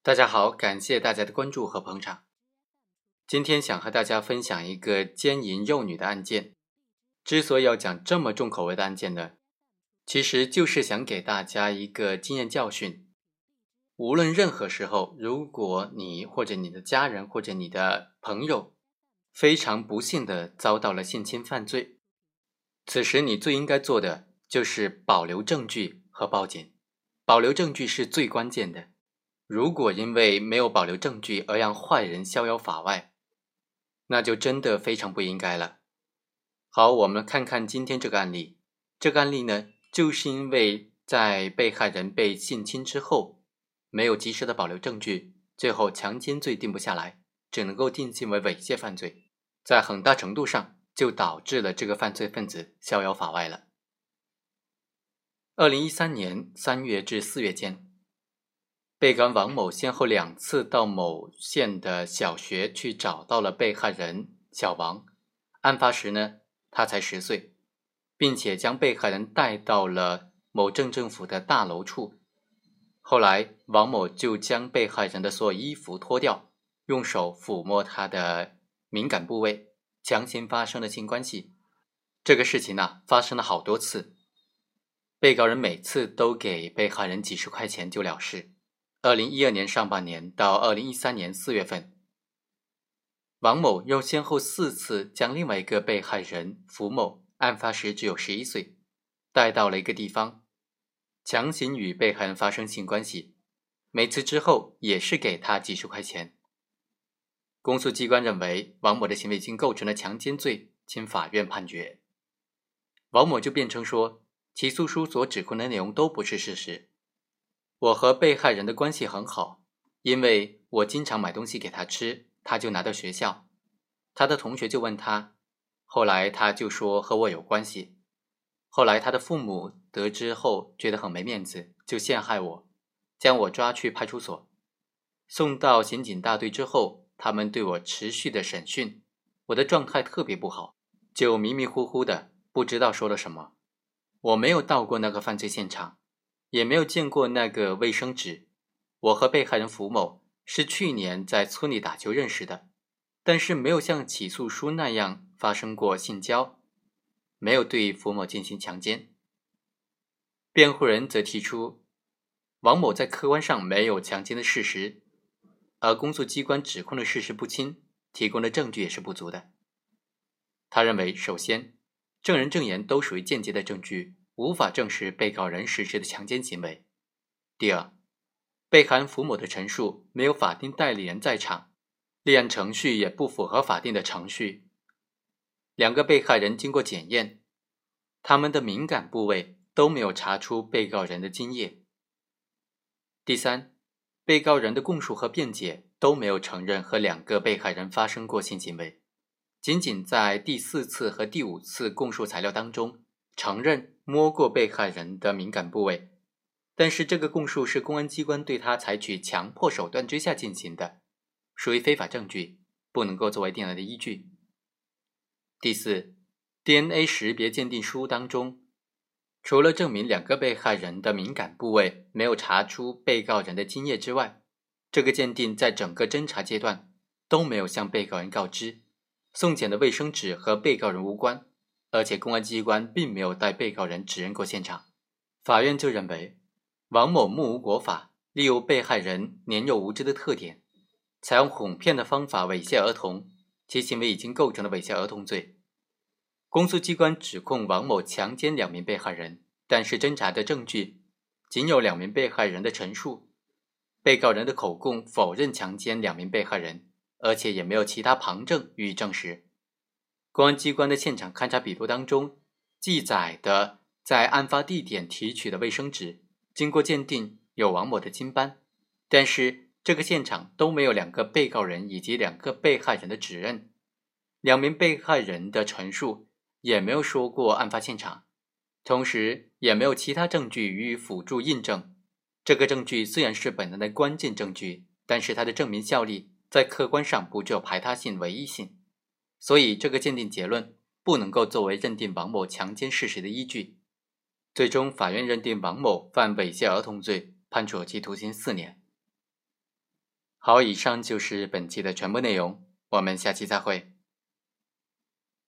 大家好，感谢大家的关注和捧场。今天想和大家分享一个奸淫幼女的案件。之所以要讲这么重口味的案件呢，其实就是想给大家一个经验教训。无论任何时候，如果你或者你的家人或者你的朋友非常不幸的遭到了性侵犯罪，此时你最应该做的就是保留证据和报警。保留证据是最关键的。如果因为没有保留证据而让坏人逍遥法外，那就真的非常不应该了。好，我们看看今天这个案例。这个案例呢，就是因为在被害人被性侵之后，没有及时的保留证据，最后强奸罪定不下来，只能够定性为猥亵犯罪，在很大程度上就导致了这个犯罪分子逍遥法外了。2013年3月至4月间，被告人王某先后2次到某县的小学去找到了被害人小王。案发时呢，他才10岁，并且将被害人带到了某镇政府的大楼处。后来，王某就将被害人的所有衣服脱掉，用手抚摸她的敏感部位，强行发生了性关系。这个事情呢，发生了好多次。被告人每次都给被害人几十块钱就了事。2012年上半年到2013年4月份，王某又先后4次将另外一个被害人福某，案发时只有11岁，带到了一个地方，强行与被害人发生性关系，每次之后也是给他几十块钱。公诉机关认为王某的行为已经构成了强奸罪，请法院判决。王某就辩称说，起诉书所指控的内容都不是事实。我和被害人的关系很好，因为我经常买东西给他吃，他就拿到学校。他的同学就问他，后来他就说和我有关系。后来他的父母得知后觉得很没面子，就陷害我，将我抓去派出所。送到刑警大队之后，他们对我持续的审讯，我的状态特别不好，就迷迷糊糊的，不知道说了什么。我没有到过那个犯罪现场，也没有见过那个卫生纸。我和被害人福某是去年在村里打球认识的，但是没有像起诉书那样发生过性交，没有对福某进行强奸。辩护人则提出，王某在客观上没有强奸的事实，而公诉机关指控的事实不清，提供的证据也是不足的。他认为，首先，证人证言都属于间接的证据，无法证实被告人实施的强奸行为。第二，被害人福某的陈述没有法定代理人在场，立案程序也不符合法定的程序。2个被害人经过检验，他们的敏感部位都没有查出被告人的精液。第三，被告人的供述和辩解都没有承认和2个被害人发生过性行为，仅仅在第4次和第5次供述材料当中承认摸过被害人的敏感部位，但是这个供述是公安机关对他采取强迫手段之下进行的，属于非法证据，不能够作为定案的依据。第四， DNA 识别鉴定书当中，除了证明2个被害人的敏感部位没有查出被告人的精液之外，这个鉴定在整个侦查阶段都没有向被告人告知，送检的卫生纸和被告人无关，而且公安机关并没有带被告人指认过现场。法院就认为，王某目无国法，利用被害人年幼无知的特点，采用哄骗的方法猥亵儿童，其行为已经构成了猥亵儿童罪。公诉机关指控王某强奸2名被害人，但是侦查的证据仅有2名被害人的陈述，被告人的口供否认强奸2名被害人，而且也没有其他旁证予以证实。公安机关的现场勘查笔录当中记载的在案发地点提取的卫生纸，经过鉴定有王某的精斑，但是这个现场都没有2个被告人以及2个被害人的指认，2名被害人的陈述也没有说过案发现场，同时也没有其他证据予以辅助印证。这个证据虽然是本案的关键证据，但是它的证明效力在客观上不具有排他性、唯一性，所以这个鉴定结论不能够作为认定王某强奸事实的依据。最终法院认定王某犯猥亵儿童罪，判处有期徒刑4年。 好，以上就是本期的全部内容，我们下期再会。